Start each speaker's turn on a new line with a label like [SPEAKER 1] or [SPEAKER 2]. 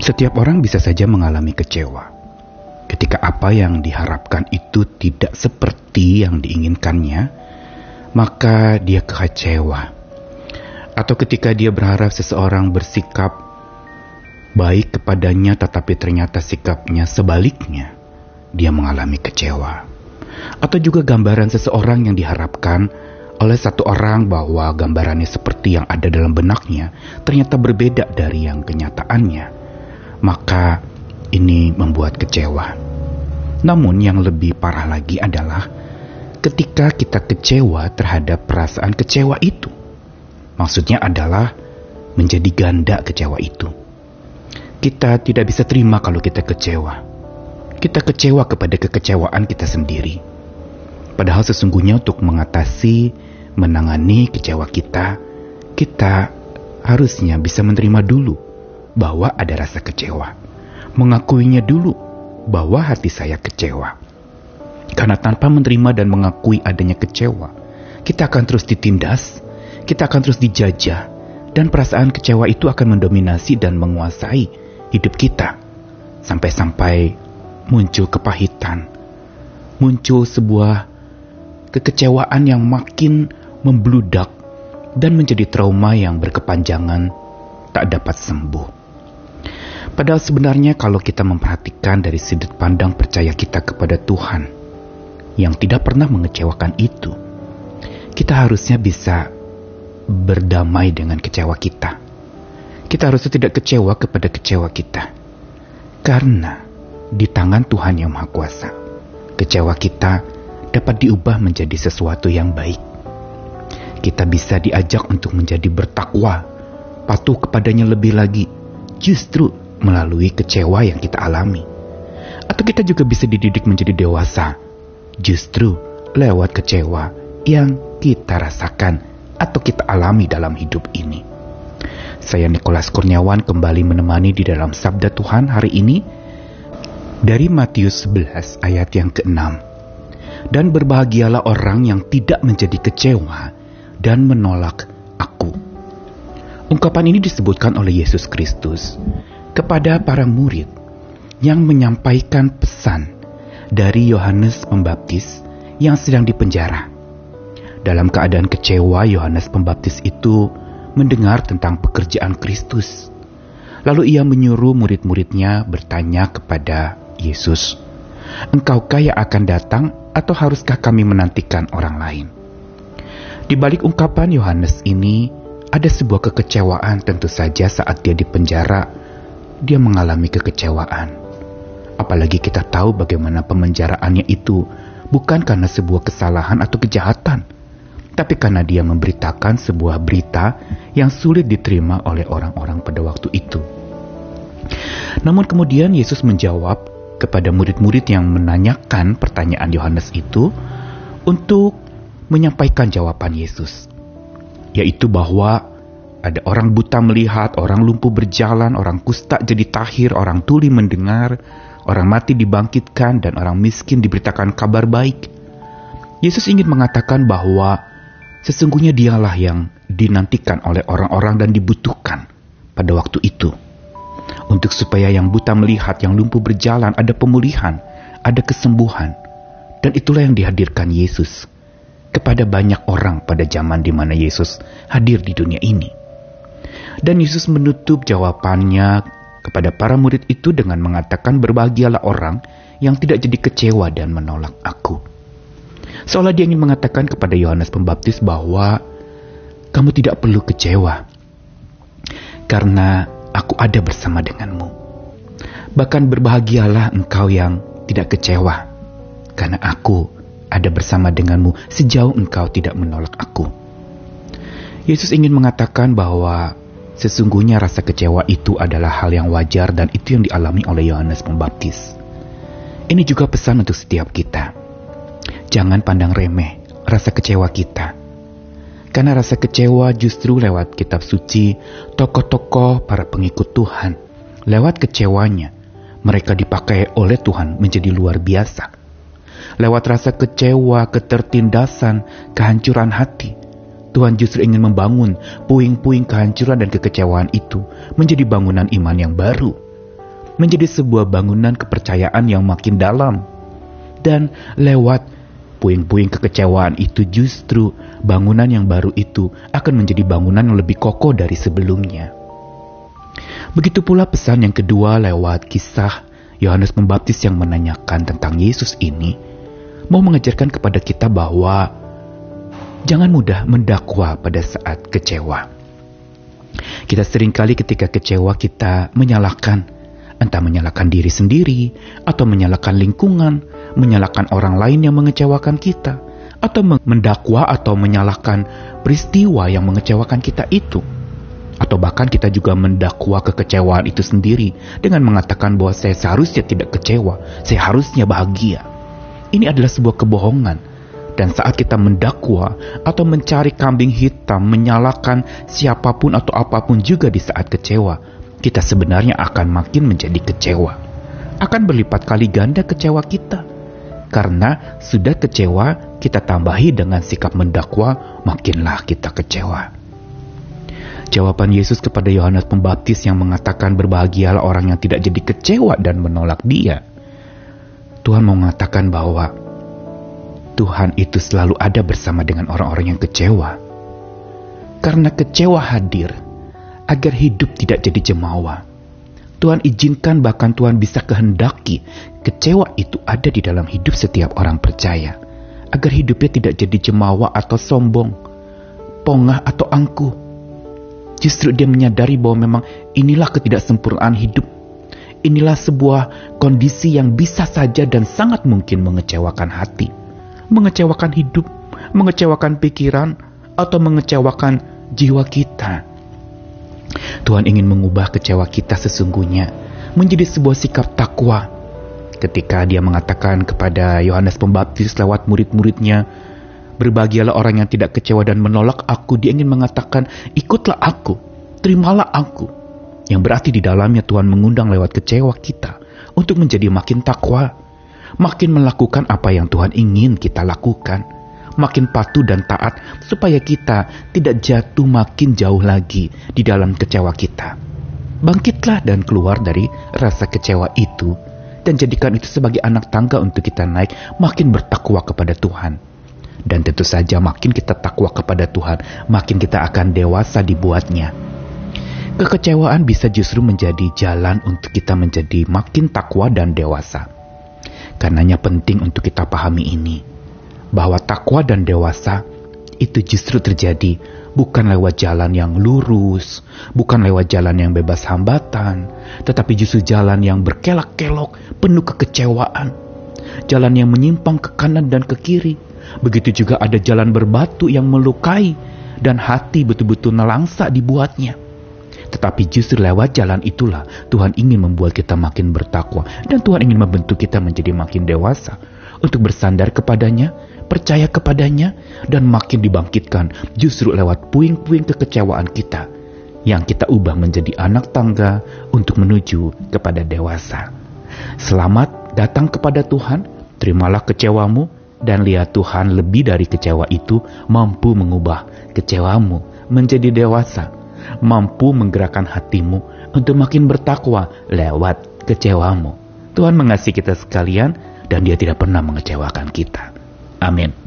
[SPEAKER 1] Setiap orang bisa saja mengalami kecewa ketika apa yang diharapkan itu tidak seperti yang diinginkannya, maka dia kecewa. Atau ketika dia berharap seseorang bersikap baik kepadanya tetapi ternyata sikapnya sebaliknya, dia mengalami kecewa. Atau juga gambaran seseorang yang diharapkan oleh satu orang bahwa gambarannya seperti yang ada dalam benaknya ternyata berbeda dari yang kenyataannya, maka ini membuat kecewa. Namun yang lebih parah lagi adalah ketika kita kecewa terhadap perasaan kecewa itu. Maksudnya adalah menjadi ganda kecewa itu. Kita tidak bisa terima kalau kita kecewa. Kita kecewa kepada kekecewaan kita sendiri. Padahal sesungguhnya untuk menangani kecewa kita harusnya bisa menerima dulu bahwa ada rasa kecewa. Mengakuinya dulu bahwa hati saya kecewa. Karena tanpa menerima dan mengakui adanya kecewa, kita akan terus ditindas, kita akan terus dijajah, dan perasaan kecewa itu akan mendominasi dan menguasai hidup kita. Sampai-sampai muncul kepahitan, muncul sebuah kekecewaan yang makin membludak dan menjadi trauma yang berkepanjangan tak dapat sembuh. Padahal sebenarnya kalau kita memperhatikan dari sudut pandang percaya kita kepada Tuhan yang tidak pernah mengecewakan itu, kita harusnya bisa berdamai dengan kecewa kita. Kita harusnya tidak kecewa kepada kecewa kita. Karena di tangan Tuhan yang Maha Kuasa, kecewa kita dapat diubah menjadi sesuatu yang baik. Kita bisa diajak untuk menjadi bertakwa, patuh kepadanya lebih lagi, justru melalui kecewa yang kita alami. Atau kita juga bisa dididik menjadi dewasa, justru lewat kecewa yang kita rasakan atau kita alami dalam hidup ini. Saya Nikolas Kurniawan kembali menemani di dalam Sabda Tuhan hari ini dari Matius 11 ayat yang ke-6. Dan berbahagialah orang yang tidak menjadi kecewa dan menolak Aku. Ungkapan ini disebutkan oleh Yesus Kristus kepada para murid yang menyampaikan pesan dari Yohanes Pembaptis yang sedang dipenjara. Dalam keadaan kecewa, Yohanes Pembaptis itu mendengar tentang pekerjaan Kristus. Lalu ia menyuruh murid-muridnya bertanya kepada Yesus, "Engkaukah yang akan datang atau haruskah kami menantikan orang lain?" Di balik ungkapan Yohanes ini ada sebuah kekecewaan. Tentu saja saat dia dipenjara, dia mengalami kekecewaan. Apalagi kita tahu bagaimana pemenjaraannya itu bukan karena sebuah kesalahan atau kejahatan, tapi karena dia memberitakan sebuah berita yang sulit diterima oleh orang-orang pada waktu itu. Namun kemudian Yesus menjawab kepada murid-murid yang menanyakan pertanyaan Yohanes itu untuk menyampaikan jawaban Yesus, yaitu bahwa ada orang buta melihat, orang lumpuh berjalan, orang kusta jadi tahir, orang tuli mendengar, orang mati dibangkitkan, dan orang miskin diberitakan kabar baik. Yesus ingin mengatakan bahwa sesungguhnya dialah yang dinantikan oleh orang-orang dan dibutuhkan pada waktu itu. Untuk supaya yang buta melihat, yang lumpuh berjalan, ada pemulihan, ada kesembuhan. Dan itulah yang dihadirkan Yesus kepada banyak orang pada zaman di mana Yesus hadir di dunia ini. Dan Yesus menutup jawabannya kepada para murid itu dengan mengatakan, "Berbahagialah orang yang tidak jadi kecewa dan menolak Aku." Seolah dia ingin mengatakan kepada Yohanes Pembaptis bahwa kamu tidak perlu kecewa, karena Aku ada bersama denganmu. Bahkan berbahagialah engkau yang tidak kecewa, karena Aku ada bersama denganmu sejauh engkau tidak menolak Aku. Yesus ingin mengatakan bahwa sesungguhnya rasa kecewa itu adalah hal yang wajar dan itu yang dialami oleh Yohanes Pembaptis. Ini juga pesan untuk setiap kita. Jangan pandang remeh rasa kecewa kita. Karena rasa kecewa justru lewat kitab suci, tokoh-tokoh para pengikut Tuhan, lewat kecewanya, mereka dipakai oleh Tuhan menjadi luar biasa. Lewat rasa kecewa, ketertindasan, kehancuran hati, Tuhan justru ingin membangun puing-puing kehancuran dan kekecewaan itu menjadi bangunan iman yang baru. menjadi sebuah bangunan kepercayaan yang makin dalam. Dan lewat puing-puing kekecewaan itu justru bangunan yang baru itu akan menjadi bangunan yang lebih kokoh dari sebelumnya. Begitu pula pesan yang kedua lewat kisah Yohanes Pembaptis yang menanyakan tentang Yesus ini, mau mengajarkan kepada kita bahwa jangan mudah mendakwa pada saat kecewa. Kita seringkali ketika kecewa kita menyalahkan, entah menyalahkan diri sendiri, atau menyalahkan lingkungan, menyalahkan orang lain yang mengecewakan kita, atau mendakwa atau menyalahkan peristiwa yang mengecewakan kita itu. Atau bahkan kita juga mendakwa kekecewaan itu sendiri dengan mengatakan bahwa saya seharusnya tidak kecewa, saya harusnya bahagia. Ini adalah sebuah kebohongan. Dan saat kita mendakwa atau mencari kambing hitam, menyalahkan siapapun atau apapun juga di saat kecewa, kita sebenarnya akan makin menjadi kecewa. Akan berlipat kali ganda kecewa kita. Karena sudah kecewa, kita tambahi dengan sikap mendakwa, makinlah kita kecewa. Jawaban Yesus kepada Yohanes Pembaptis yang mengatakan berbahagialah orang yang tidak jadi kecewa dan menolak Dia. Tuhan mau mengatakan bahwa Tuhan itu selalu ada bersama dengan orang-orang yang kecewa. Karena kecewa hadir agar hidup tidak jadi jemawa. Tuhan izinkan, bahkan Tuhan bisa kehendaki kecewa itu ada di dalam hidup setiap orang percaya, agar hidupnya tidak jadi jemawa atau sombong, pongah atau angkuh. Justru dia menyadari bahwa memang inilah ketidaksempurnaan hidup. Inilah sebuah kondisi yang bisa saja dan sangat mungkin mengecewakan hati, mengecewakan hidup, mengecewakan pikiran, atau mengecewakan jiwa kita. Tuhan ingin mengubah kecewa kita sesungguhnya menjadi sebuah sikap takwa. Ketika Dia mengatakan kepada Yohanes Pembaptis lewat murid-muridnya, berbahagialah orang yang tidak kecewa dan menolak Aku, Dia ingin mengatakan, ikutlah Aku, terimalah Aku. Yang berarti di dalamnya Tuhan mengundang lewat kecewa kita untuk menjadi makin takwa, makin melakukan apa yang Tuhan ingin kita lakukan, makin patuh dan taat supaya kita tidak jatuh makin jauh lagi di dalam kecewa kita. Bangkitlah dan keluar dari rasa kecewa itu dan jadikan itu sebagai anak tangga untuk kita naik makin bertakwa kepada Tuhan. Dan tentu saja makin kita takwa kepada Tuhan, makin kita akan dewasa dibuatnya. Kekecewaan bisa justru menjadi jalan untuk kita menjadi makin takwa dan dewasa. Karenanya penting untuk kita pahami ini, bahwa takwa dan dewasa itu justru terjadi bukan lewat jalan yang lurus, bukan lewat jalan yang bebas hambatan, tetapi justru jalan yang berkelak-kelok, penuh kekecewaan, jalan yang menyimpang ke kanan dan ke kiri. Begitu juga ada jalan berbatu yang melukai dan hati betul-betul nelangsa dibuatnya. Tetapi justru lewat jalan itulah Tuhan ingin membuat kita makin bertakwa, dan Tuhan ingin membentuk kita menjadi makin dewasa untuk bersandar kepadanya, percaya kepadanya, dan makin dibangkitkan justru lewat puing-puing kekecewaan kita yang kita ubah menjadi anak tangga untuk menuju kepada dewasa. Selamat datang kepada Tuhan, terimalah kecewamu, dan lihat Tuhan lebih dari kecewa itu mampu mengubah kecewamu menjadi dewasa, mampu menggerakkan hatimu untuk makin bertakwa lewat kecewamu. Tuhan mengasihi kita sekalian, dan Dia tidak pernah mengecewakan kita. Amin.